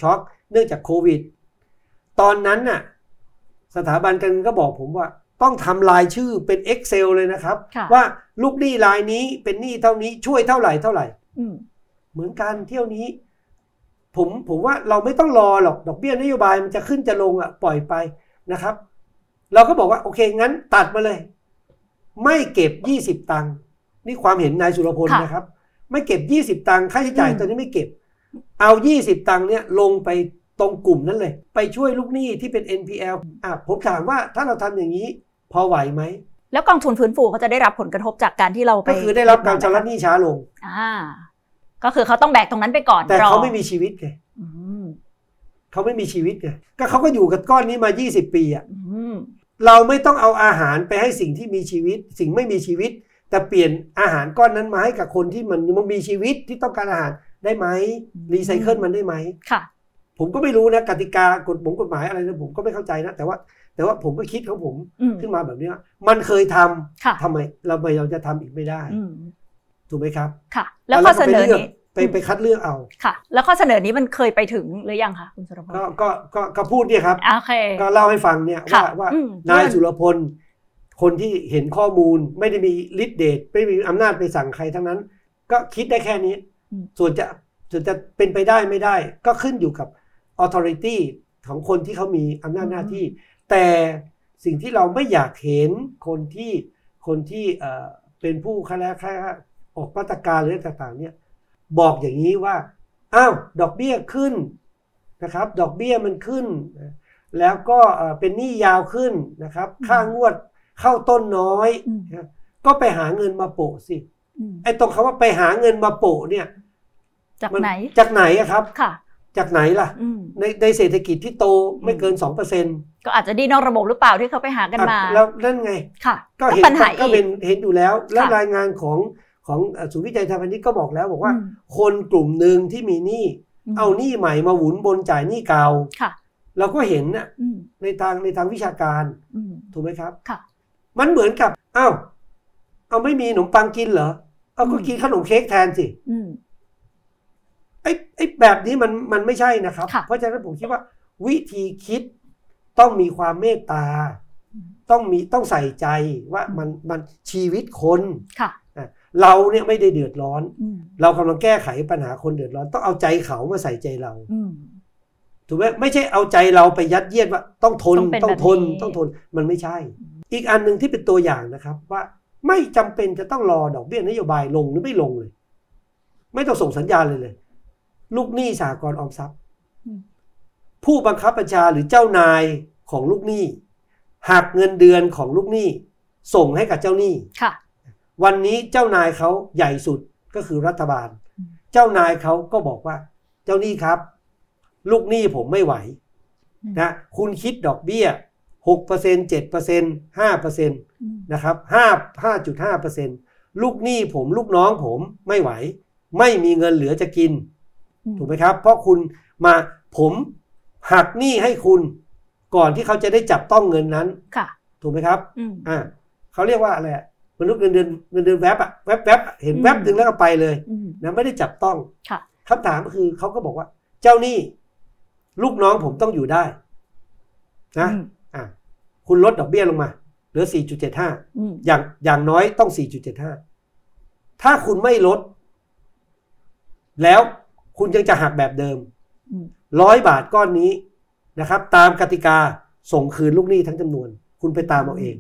เนื่องจากโควิดตอนนั้นน่ะสถาบันการเงินก็บอกผมว่าต้องทำรายชื่อเป็น Excel เลยนะครับว่าลูกหนี้รายนี้เป็นหนี้เท่านี้ช่วยเท่าไหร่เท่าไหร่เหมือนกันเที่ยวนี้ผมผมว่าเราไม่ต้องรอหรอกดอกเบี้ยนโยบายมันจะขึ้นจะลงอ่ะปล่อยไปนะครับเราก็บอกว่าโอเคงั้นตัดมาเลยไม่เก็บยี่สิบตังค์นี่ความเห็นนายสุรพลนะครับไม่เก็บยี่สิบตังค์ค่าใช้จ่ายตอนนี้ไม่เก็บเอายี่สิบตังค์เนี่ยลงไปตรงกลุ่มนั้นเลยไปช่วยลูกหนี้ที่เป็น เอ็น พี แอล อ่ะผมถามว่าถ้าเราทำอย่างนี้พอไหวไหมแล้วกองทุนฟื้นฟูเขาจะได้รับผลกระทบจากการที่เราไปก็คือได้รับการชำระหนี้ช้าลงอ่าก็คือเขาต้องแบกตรงนั้นไปก่อนแต่เขาไม่มีชีวิตไงเขาไม่มีชีวิตไงก็เขาก็อยู่กับก้อนนี้มายี่สิบปีอ่ะเราไม่ต้องเอาอาหารไปให้สิ่งที่มีชีวิตสิ่งไม่มีชีวิตแต่เปลี่ยนอาหารก้อนนั้นมาให้กับคนที่มันมันมีชีวิตที่ต้องการอาหารได้ไหมรีไซเคิลมันได้ไหมค่ะผมก็ไม่รู้นะกติกากฎกฎหมายอะไรนะผมก็ไม่เข้าใจนะแต่ว่าแต่ว่าผมก็คิดของผมขึ้นมาแบบนี้มันเคยทำทำไมเราไม่เราจะทำอีกไม่ได้ถูกไหมครับค่ะแล้วข้อเสนอนี้ไปไปคัดเลือกเอาค่ะแล้วข้อเสนอนี้มันเคยไปถึงหรือยังคะคุณสุรพลก็ก็ก็ก็พูดเนี่ยครับโอเคก็เล่าให้ฟังเนี่ยว่าว่านายสุรพลคนที่เห็นข้อมูลไม่ได้มีฤทธิ์เดชไม่มีอำนาจไปสั่งใครทั้งนั้นก็คิดได้แค่นี้ส่วนจะส่วนจะเป็นไปได้ไม่ได้ก็ขึ้นอยู่กับ authority ของคนที่เขามีอำนาจหน้าที่แต่สิ่งที่เราไม่อยากเห็นคนที่คนที่เอ่อเป็นผู้ค้าแลค้าออกมาตรการหรือต่างๆเนี่ยบอกอย่างนี้ว่าอ้าวดอกเบี้ยขึ้นนะครับดอกเบี้ยมันขึ้นแล้วก็เป็นหนี้ยาวขึ้นนะครับค่างวดเข้าต้นน้อยก็ไปหาเงินมาโปะสิไอ้ตรงคำว่าไปหาเงินมาโปะเนี่ยจากไหนจากไหนอะครับค่ะจากไหนล่ะในในเศรษฐกิจที่โตไม่เกิน สองเปอร์เซ็นต์ก็อาจจะดีนอกระบบหรือเปล่าที่เขาไปหากันมาแล้วนั่นไงค่ะก็เห็นก็เป็นเห็นอยู่แล้วและรายงานของของศูนย์วิจัยทางพาณิชย์ก็บอกแล้วบอกว่าคนกลุ่มหนึ่งที่มีหนี้เอาหนี้ใหม่มาหมุนบนจ่ายหนี้เก่าเราก็เห็นน่ะในทางในทางวิชาการถูกไหมครับมันเหมือนกับอ้าวเอาไม่มีขนมปังกินเหรอเอาก็กินขนมเค้กแทนสิไอ้ไอ้แบบนี้มันมันไม่ใช่นะครับเพราะฉะนั้นผมคิดว่าวิธีคิดต้องมีความเมตตาต้องมีต้องใส่ใจว่ามันมันชีวิตคนเราเนี่ยไม่ได้เดือดร้อนเรากำลังแก้ไขปัญหาคนเดือดร้อนต้องเอาใจเขามาใส่ใจเราถูกไหมไม่ใช่เอาใจเราไปยัดเยียดว่าต้องทนต้องทนต้องทนมันไม่ใช่อีกอันหนึ่งที่เป็นตัวอย่างนะครับว่าไม่จำเป็นจะต้องรอดอกเบี้ยนโยบายลงหรือไม่ลงเลยไม่ต้องส่งสัญญาณเลยเลยลูกหนี้สหกรณ์ออมทรัพย์ผู้บังคับบัญชาหรือเจ้านายของลูกหนี้หักเงินเดือนของลูกหนี้ส่งให้กับเจ้าหนี้วันนี้เจ้านายเขาใหญ่สุดก็คือรัฐบาลเจ้านายเขาก็บอกว่าเจ้าหนี้ครับลูกหนี้ผมไม่ไหวนะคุณคิดดอกเบี้ย หกเปอร์เซ็นต์ เจ็ดเปอร์เซ็นต์ ห้าเปอร์เซ็นต์ นะครับ ห้า ห้าจุดห้าเปอร์เซ็นต์ ลูกหนี้ผมลูกน้องผมไม่ไหวไม่มีเงินเหลือจะกินถูกไหมครับเพราะคุณมาผมหักหนี้ให้คุณก่อนที่เขาจะได้จับต้องเงินนั้นถูกไหมครับอ่าเขาเรียกว่าอะไรมนุษย์เงินเดือนเงินเดือนแวบอะแวบแวบเห็นแวบหนึ่งแล้วก็ไปเลยนะไม่ได้จับต้องคำถามก็คือเขาก็บอกว่าเจ้าหนี้ลูกน้องผมต้องอยู่ได้นะอ่าคุณลดดอกเบี้ยลงมาเหลือ สี่จุดเจ็ดห้า อย่างอย่างน้อยต้อง สี่จุดเจ็ดห้า ถ้าคุณไม่ลดแล้วคุณยังจะหักแบบเดิมร้อยบาทก้อนนี้นะครับตามกติกาส่งคืนลูกหนี้ทั้งจำนวนคุณไปตามเอาเอง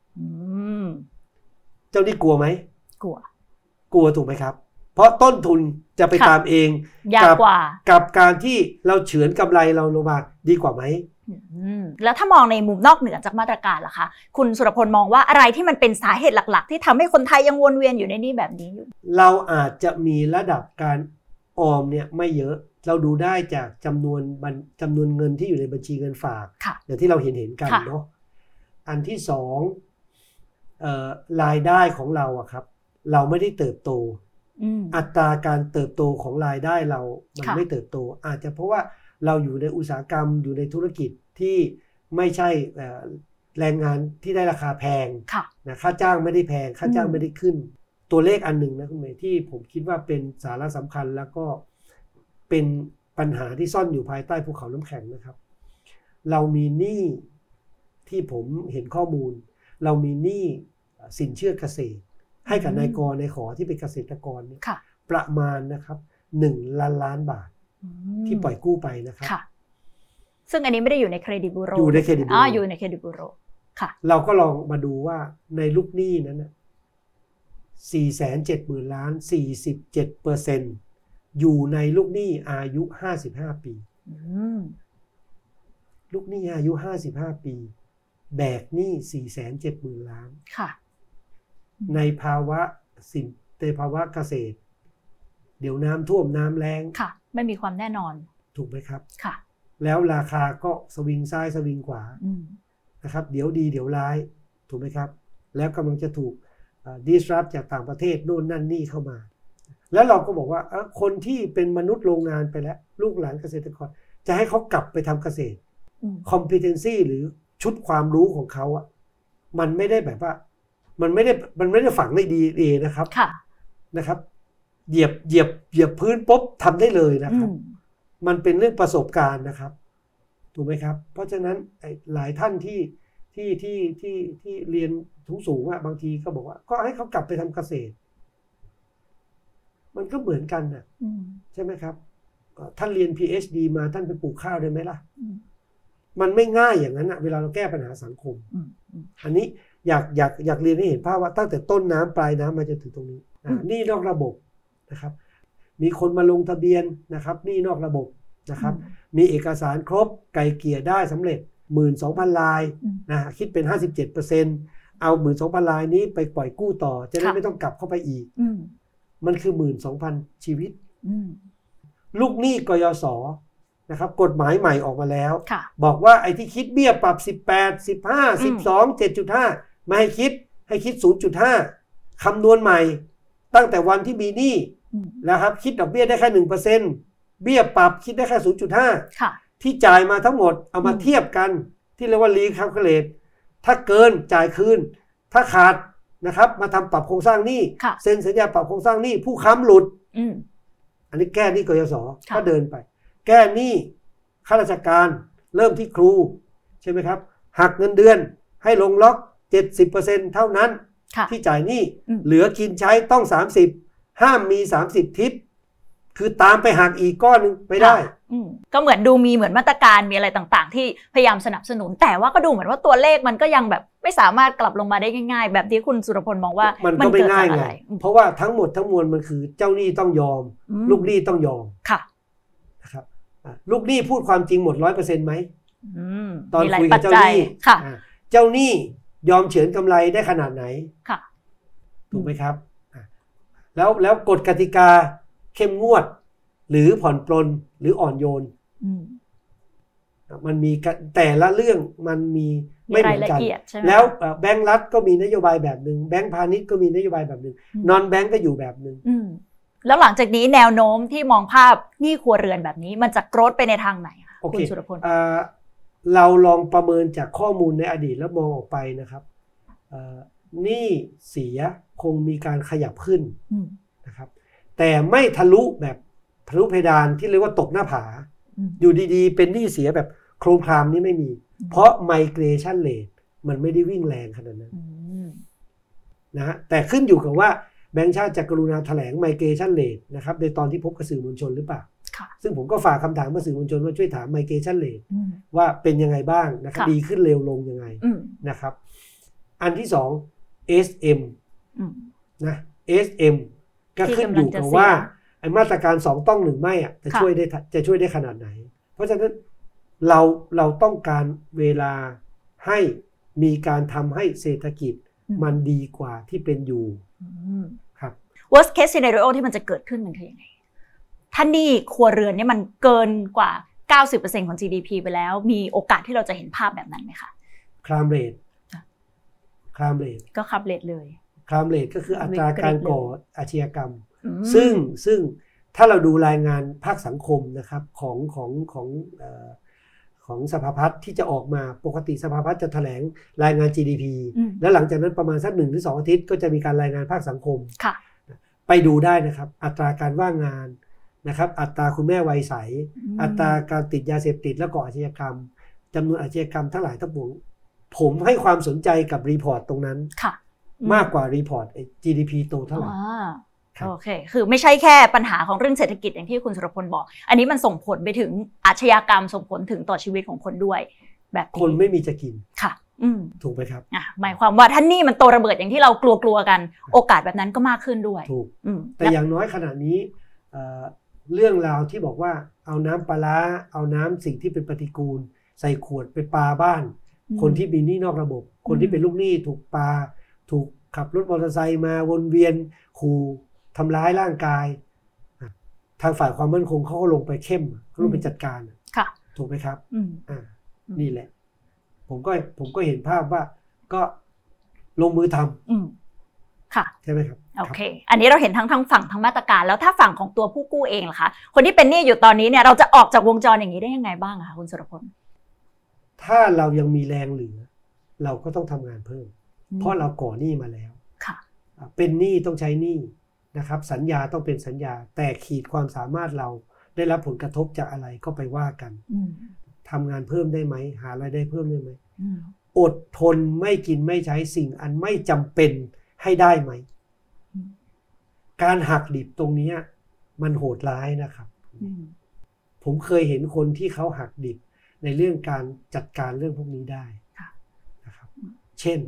เจ้าหนี้กลัวไหมกลัวกลัวถูกไหมครับเพราะต้นทุนจะไปตามเองยากกว่ากับการที่เราเฉือนกำไรเราลงมาดีกว่าไหมแล้วถ้ามองในมุมนอกเหนือจากมาตรการล่ะคะคุณสุรพลมองว่าอะไรที่มันเป็นสาเหตุหลักๆที่ทำให้คนไทยยังวนเวียนอยู่ในนี้แบบนี้อยู่เราอาจจะมีระดับการออมเนี่ยไม่เยอะเราดูได้จากจำนวนจำนวนเงินที่อยู่ในบัญชีเงินฝากอย่างที่เราเห็นเห็นกันเนาะอันที่สองเอ่อรายได้ของเราอะครับเราไม่ได้เติบโตอัตราการเติบโตของรายได้เรามันไม่เติบโตอาจจะเพราะว่าเราอยู่ในอุตสาหกรรมอยู่ในธุรกิจที่ไม่ใช่แรงงานที่ได้ราคาแพงนะค่าจ้างไม่ได้แพงค่าจ้างไม่ได้ขึ้นตัวเลขอันหนึ่งนะคุณเมย์ที่ผมคิดว่าเป็นสาระสำคัญแล้วก็เป็นปัญหาที่ซ่อนอยู่ภายใต้ภูเขาน้ำแข็งนะครับเรามีหนี้ที่ผมเห็นข้อมูลเรามีหนี้สินเชื่อเกษตรให้กับนายกนายขอที่เป็นเกษตรกรเนี่ยประมาณนะครับหนึ่งล้านล้านบาทที่ปล่อยกู้ไปนะครับซึ่งอันนี้ไม่ได้อยู่ในเครดิตบูโรอยู่ในเครดิตบูโรอ๋ออยู่ในเครดิตบูโรค่ะเราก็ลองมาดูว่าในลูกหนี้นั้นนะ สี่แสนเจ็ดหมื่น ล้าน สี่สิบเจ็ดเปอร์เซ็นต์ อยู่ในลูกหนี้อายุห้าสิบห้าปีลูกหนี้อายุห้าสิบห้าปีแบกหนี้ สี่แสนเจ็ดหมื่น ล้านค่ะในภาวะสิ่งในภาวะเกษตรเดี๋ยวน้ำท่วมน้ำแล้งค่ะไม่มีความแน่นอนถูกไหมครับค่ะแล้วราคาก็สวิงซ้ายสวิงขวานะครับเดี๋ยวดีเดี๋ยวร้ายถูกไหมครับแล้วกำลังจะถูกdisrupt จากต่างประเทศโน่นนั่นนี่เข้ามาแล้วเราก็บอกว่าคนที่เป็นมนุษย์โรงงานไปแล้วลูกหลานเกษตรกรจะให้เขากลับไปทำเกษตร competency หรือชุดความรู้ของเขาอ่ะมันไม่ได้แบบว่ามันไม่ได้มันไม่ได้ฝังใน ดี เอ็น เอ นะครับนะครับเหยียบเหยียบเหยียบพื้นปุ๊บทำได้เลยนะครับมันเป็นเรื่องประสบการณ์นะครับถูกไหมครับเพราะฉะนั้นหลายท่านที่ที่ที่ที่ที่เรียนสูงสูงอ่ะบางทีก็บอกว่าก็ให้เขากลับไปทำเกษตรมันก็เหมือนกันน่ะใช่ไหมครับท่านเรียน พี เอช ดี มาท่านไปปลูกข้าวได้ไหมล่ะมันไม่ง่ายอย่างนั้นอ่ะเวลาเราแก้ปัญหาสังคมอันนี้อยากอยากอยากเรียนให้เห็นภาพว่าตั้งแต่ต้นน้ำปลายน้ำมาจนถึงตรงนี้นี่นอกระบบนะครับมีคนมาลงทะเบียนนะครับนี่นอกระบบนะครับมีเอกสารครบไกลเกลี่ยได้สำเร็จ หนึ่งหมื่นสองพัน ลายนะคิดเป็น ห้าสิบเจ็ดเปอร์เซ็นต์ เอา หนึ่งหมื่นสองพัน ลายนี้ไปปล่อยกู้ต่อจะได้ไม่ต้องกลับเข้าไปอีกมันคือ หนึ่งหมื่นสองพัน ชีวิตลูกหนี้กยศนะครับกฎหมายใหม่ออกมาแล้วบอกว่าไอ้ที่คิดเบี้ยปรับสิบแปด สิบห้า สิบสอง เจ็ดจุดห้า ไม่ให้คิดให้คิด ศูนย์จุดห้า คำนวณใหม่ตั้งแต่วันที่มีหนี้นะครับคิดดอกเบี้ยได้แค่ หนึ่งเปอร์เซ็นต์ เบี้ยปรับคิดได้แค่ ศูนย์จุดห้า ที่จ่ายมาทั้งหมดเอามาเทียบกันที่เรียกว่า recalculate ถ้าเกินจ่ายคืนถ้าขาดนะครับมาทำปรับโครงสร้างหนี้เซ็นสัญญาปรับโครงสร้างหนี้ผู้ค้ำหลุดอันนี้แก้หนี้กยศก็เดินไปแก้หนี้ข้าราชการเริ่มที่ครูใช่ไหมครับหักเงินเดือนให้ลงล็อก เจ็ดสิบเปอร์เซ็นต์ เท่านั้นที่จ่ายหนี้เหลือกินใช้ต้องสามสิบห้ามมีสามสิบทิปคือตามไปหักอีกก้อนนึงไม่ได้ก็เหมือนดูมีเหมือนมาตรการมีอะไรต่างๆที่พยายามสนับสนุนแต่ว่าก็ดูเหมือนว่าตัวเลขมันก็ยังแบบไม่สามารถกลับลงมาได้ง่ายๆแบบที่คุณสุรพลมองว่ามันก็ไม่ง่ายไงเพราะว่าทั้งหมดทั้งมวลมันคือเจ้าหนี้ต้องยอมลูกหนี้ต้องยอมค่ะนะครับลูกหนี้พูดความจริงหมด ร้อยเปอร์เซ็นต์ ไหมตอนคุยกับเจ้าหนี้เจ้าหนี้ยอมเฉือนกำไรได้ขนาดไหนค่ะถูกไหมครับแล้วแล้วกฎกติกาเข้มงวดหรือผ่อนปลนหรืออ่อนโยนมันมีแต่ละเรื่องมันมีไม่เหมือนกันแล้วแบงก์รัฐก็มีนโยบายแบบหนึ่งแบงก์พาณิชย์ก็มีนโยบายแบบหนึ่งนอนแบงก์ก็อยู่แบบหนึ่งแล้วหลังจากนี้แนวโน้มที่มองภาพหนี้ครัวเรือนแบบนี้มันจะโกรธไปในทางไหนคะคุณสุรพลเราลองประเมินจากข้อมูลในอดีตแล้วมองออกไปนะครับหนี้เสียคงมีการขยับขึ้นนะครับแต่ไม่ทะลุแบบทะลุเพดานที่เรียกว่าตกหน้าผาอยู่ดีๆเป็นหนี้เสียแบบโครงครามนี้ไม่มีเพราะ migration rate มันไม่ได้วิ่งแรงขนาดนั้นนะฮะแต่ขึ้นอยู่กับว่าแบงก์ชาติจะกรุณาแถลง migration rate นะครับในตอนที่พบกับสื่อมวลชนหรือเปล่าซึ่งผมก็ฝากคำถามมาสื่อมวลชนว่าช่วยถาม migration rate ว่าเป็นยังไงบ้างนะครับดีขึ้นเร็วลงยังไงนะครับอันที่สอง เอส เอ็ม นะ เอส เอ็ม ก็ขึ้นอยู่กับว่าไอ้มาตรการสองต้องหนึ่งไม่อ่ะจะช่วยได้จะช่วยได้ขนาดไหนเพราะฉะนั้นเราเราต้องการเวลาให้มีการทำให้เศรษฐกิจมันดีกว่าที่เป็นอยู่ครับ worst case scenario ที่มันจะเกิดขึ้นมันคือยังไงถ้าหนี้ครัวเรือนนี่มันเกินกว่า เก้าสิบเปอร์เซ็นต์ ของ จี ดี พี ไปแล้วมีโอกาสที่เราจะเห็นภาพแบบนั้นไหมคะ crime rate crime rate ก็ crime rate เลย crime rate ก็คืออัตราการก่ออาชญากรรมซึ่งซึ่งถ้าเราดูรายงานภาคสังคมนะครับของของของเอ่อของสภาพัฒน์ที่จะออกมาปกติสภาพัฒน์จะแถลงรายงาน จี ดี พี แล้วหลังจากนั้นประมาณสักหนึ่งหรือสองอาทิตย์ก็จะมีการรายงานภาคสังคมไปดูได้นะครับอัตราการว่างงานนะครับอัตราคุณแม่วัยใสอืมอัตราการติดยาเสพติดและก่ออาชญากรรมจำนวนอาชญากรรมทั้งหลายทั้งปวงผมให้ความสนใจกับรีพอร์ตตรงนั้นค่ะอืมากกว่ารีพอร์ต จี ดี พี โตเท่าไหร่อ่าครับโอเค คือไม่ใช่แค่ปัญหาของเรื่องเศรษฐกิจอย่างที่คุณสุรพลบอก อันนี้มันส่งผลไปถึงอาชญากรรมส่งผลถึงต่อชีวิตของคนด้วยแบบนี้คนไม่มีจะกินค่ะ อืมถูกไหมครับอ่ะหมายความว่าท่านนี่มันโตระเบิดอย่างที่เรากลัวๆกัน โอกาสแบบนั้นก็มากขึ้นด้วยถูกอืมแต่อย่างน้อยขณะนี้เอ่อเรื่องราวที่บอกว่าเอาน้ำปลาร้าเอาน้ำสิ่งที่เป็นปฏิกูล ใส่ขวดไปปาบ้านอืมคนที่มีหนี้นอกระบบ คนที่เป็นลูกหนี้ถูกปาถูกขับรถมอเตอร์ไซค์มาวนเวียนขู่ทำร้ายร่างกายอ่ะทางฝ่ายความมั่นคงเขาก็ลงไปเข้มเขาลงไปจัดการค่ะถูกไหมครับอืมอ่านี่แหละ ผมก็ผมก็เห็นภาพว่าก็ลงมือทอืม ค่ะำใช่ไหมครับโอเค อันนี้เราเห็นทั้งทั้งฝั่งทั้งมาตรการ แล้วถ้าฝั่งของตัวผู้กู้เองล่ะคะ คนที่เป็นหนี้อยู่ตอนนี้เนี่ยเราจะออกจากวงจรอย่างนี้ได้ยังไงบ้างอะคะคุณสุรพลถ้าเรายังมีแรงเหลือ เราก็ต้องทำงานเพิ่ม เพราะเราก่อหนี้มาแล้วค่ะอ่ะเป็นหนี้ต้องใช้หนี้นะครับ สัญญาต้องเป็นสัญญา แต่ขีดความสามารถเราได้รับผลกระทบจากอะไรก็ไปว่ากันอืมทำงานเพิ่มได้ไหมหารายได้เพิ่มได้ไหมอืมอดทนไม่กินไม่ใช้สิ่งอันไม่จำเป็นให้ได้ไหมอืมการหักดิบตรงเนี้ยมันโหดร้ายนะครับอืมผมเคยเห็นคนที่เขาหักดิบในเรื่องการจัดการเรื่องพวกนี้ได้ค่ะนะครับ เช่น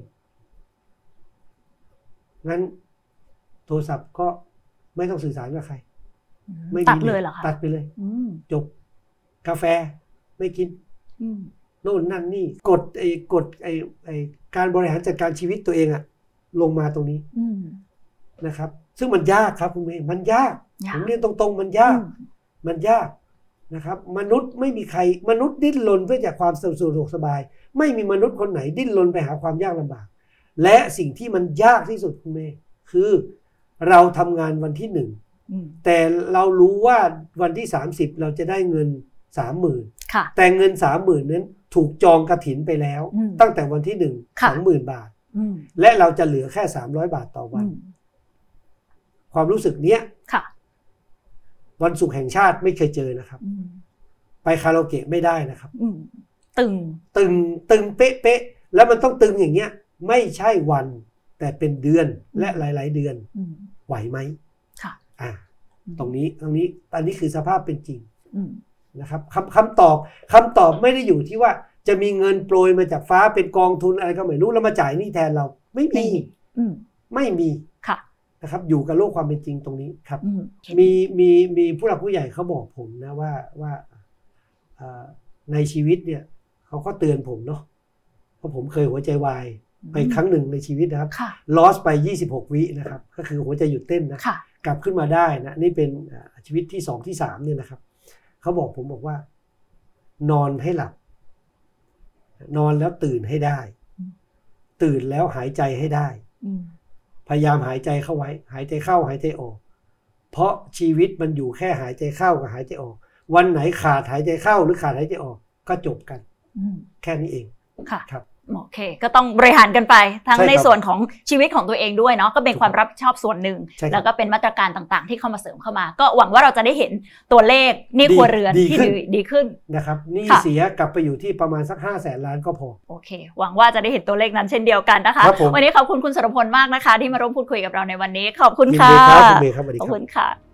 งั้นโทรศัพท์ก็ไม่ต้องสื่อสารกับใคร ไม่มีตัดเลยเหรอคะตัดไปเลยอืมจบกาแฟไม่กินอืมโน่นนั่นนี่กดไอ้กดไอ้ไอ้การบริหารจัดการชีวิตตัวเองอะลงมาตรงนี้อืมนะครับ ซึ่งมันยากครับคุณเมย์มันยากยากผมเรียนตรงๆ มันยาก มันยากนะครับ มนุษย์ไม่มีใครมนุษย์ดิ้นรนเพื่อจากความสะดวกสบาย ไม่มีมนุษย์คนไหนดิ้นรนไปหาความยากลำบาก และสิ่งที่มันยากที่สุดคุณเมย์คือเราทำงานวันที่หนึ่งอืมแต่เรารู้ว่าวันที่สามสิบเราจะได้เงินสามหมื่นค่ะแต่เงินสามหมื่นนั้นถูกจองกฐินไปแล้วอืมตั้งแต่วันที่หนึ่งค่ะสองหมื่นบาทอืมและเราจะเหลือแค่สามร้อยบาทต่อวัอืนมความรู้สึกเนี้ยค่ะวันศุกร์แห่งชาติไม่เคยเจอนะครับอืมไปคาราโอเกะไม่ได้นะครับอืม ตึงตึงตึงเป๊ะเป๊ะแล้วมันต้องตึงอย่างเงี้ย ไม่ใช่วันแต่เป็นเดือนและหลาย ๆ เดือนอืมไหวไหมค่ะอ่า ตรงนี้ตรงนี้อันนี้คือสภาพเป็นจริงอืมนะครับคำคำตอบคำตอบไม่ได้อยู่ที่ว่าจะมีเงินโปรยมาจากฟ้าเป็นกองทุนอะไรก็ไม่รู้แล้วมาจ่ายหนี้แทนเราไม่ไม่มีมี อืมไม่มีค่ะนะครับ อยู่กับโลกความเป็นจริงตรงนี้ครับอืมมีมีมีผู้หลักผู้ใหญ่เขาบอกผมนะว่าว่าเอ่อในชีวิตเนี่ยเขาก็เตือนผมเนาะเพราะผมเคยหัวใจวายไปครั้งหนึ่งในชีวิตนะครับค่ะ loss ไปยี่สิบหกวินะครับก็คือหัวใจหยุดเต้นนะค่ะกลับขึ้นมาได้นะนี่เป็นอ่าชีวิตที่สองที่สามเนี่ยนะครับเขาบอกผมบอกว่า นอนให้หลับ นอนแล้วตื่นให้ได้อืมตื่นแล้วหายใจให้ได้อืมพยายามหายใจเข้าไว้ หายใจเข้าหายใจออก เพราะชีวิตมันอยู่แค่หายใจเข้ากับหายใจออก วันไหนขาดหายใจเข้าหรือขาดหายใจออก ก็จบกันอืมแค่นี้เองค่ะครับโอเค ก็ต้องบริหารกันไปทั้งใช่ครับในส่วนของชีวิตของตัวเองด้วยเนาะก็เป็นความรับผิดชอบส่วนหนึ่งใช่ครับแล้วก็เป็นมาตรการต่างๆ ที่เข้ามาเสริมเข้ามา ก็หวังว่าเราจะได้เห็นตัวเลขหนี้ดีครัวเรือนดีที่ขึ้นดีดีขึ้นนะครับหนี่ค่ะเสียกลับไปอยู่ที่ประมาณสักห้าแสนล้านก็พอโอเค หวังว่าจะได้เห็นตัวเลขนั้นเช่นเดียวกันนะคะครับผมวันนี้ขอบคุณคุณสรพลมากนะคะ ที่มาร่วมพูดคุยกับเราในวันนี้ขอบคุณยินค่ะดีครับคุณเมย์ครับสวัสดีขอบครัคุบณค่ะ